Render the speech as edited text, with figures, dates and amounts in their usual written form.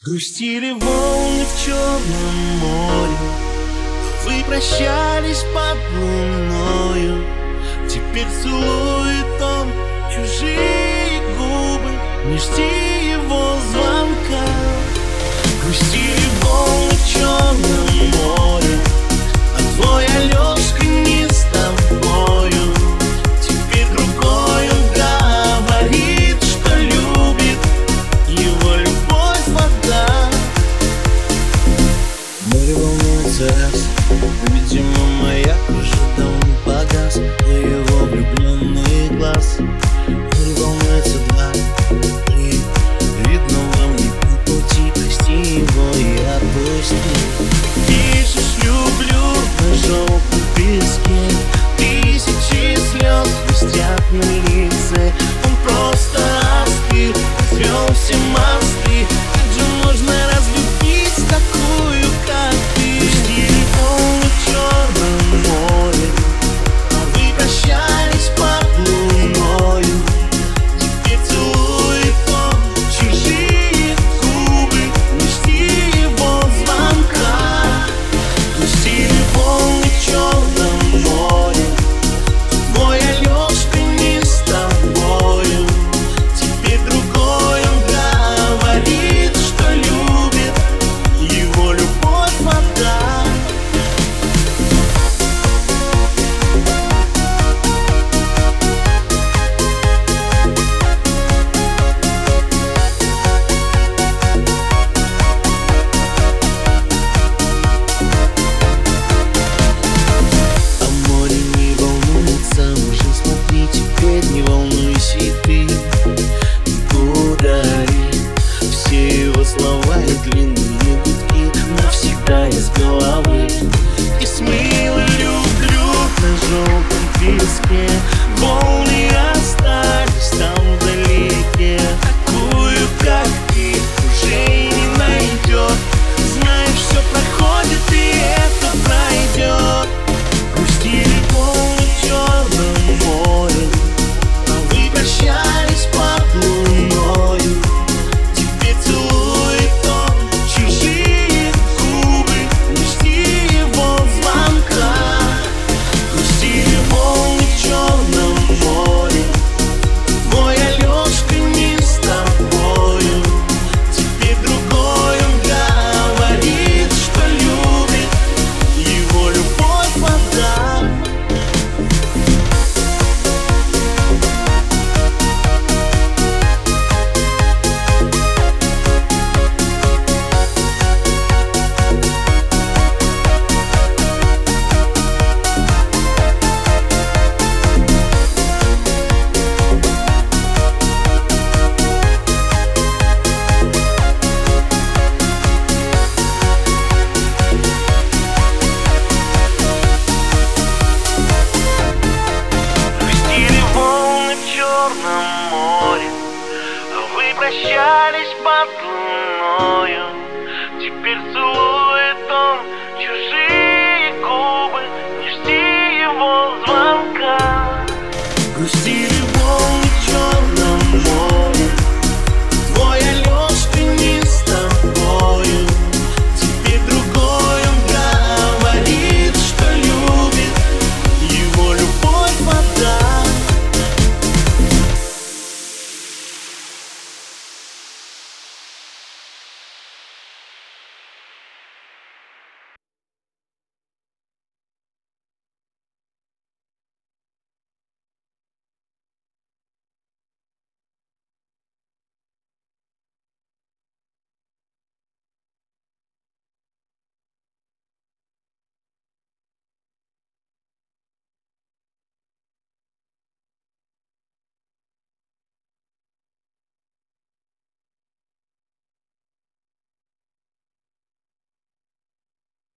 Грустили волны в Черном море, вы прощались под луною. Теперь целует он чужие губы, не жди его звонка. Грустили волны в Черном море, а твой Алешка не с тобою. Теперь другой он говорит, что любит, его любовь вода. Море волнуется раз, видимо, маяк уже давно погас, но его влюбленный глаз. Море волнуется два, три, видно вам не по пути, прости его и отпусти. Пишешь «люблю» на желтом песке, тысячи слез блестят на лице. Он просто остыл, свел все мосты. Как же можно разлюбить такую, как ты? Грустили волны в Черном море, а вы прощались под луною. Теперь целует он чужие губы, не жди его звонка. Грустили волны в Черном море, твой Алешка не с тобою. Теперь другой он говорит, что любит, его любовь вода. А море не волнуется уже, смотри, теперь не волнуйся и ты. Удари все его слова и длинные гудки навсегда из головы. И смыло «люблю» на желтом песке, волны остались там вдалеке. Такую, как ты, уже и не найдет. Знаешь, все проходит, и это пройдет. Грустили волны в Черном море, а вы прощались под луною. Теперь целует он чужие губы, не жди его звонка. Грустили волны в Черном море, твой Алешка не с тобою. Теперь другой он говорит, что любит, его любовь вода. Грустили волны в Черном море, а вы прощались под луною. Теперь целует он чужие губы, не жди его звонка. Грустили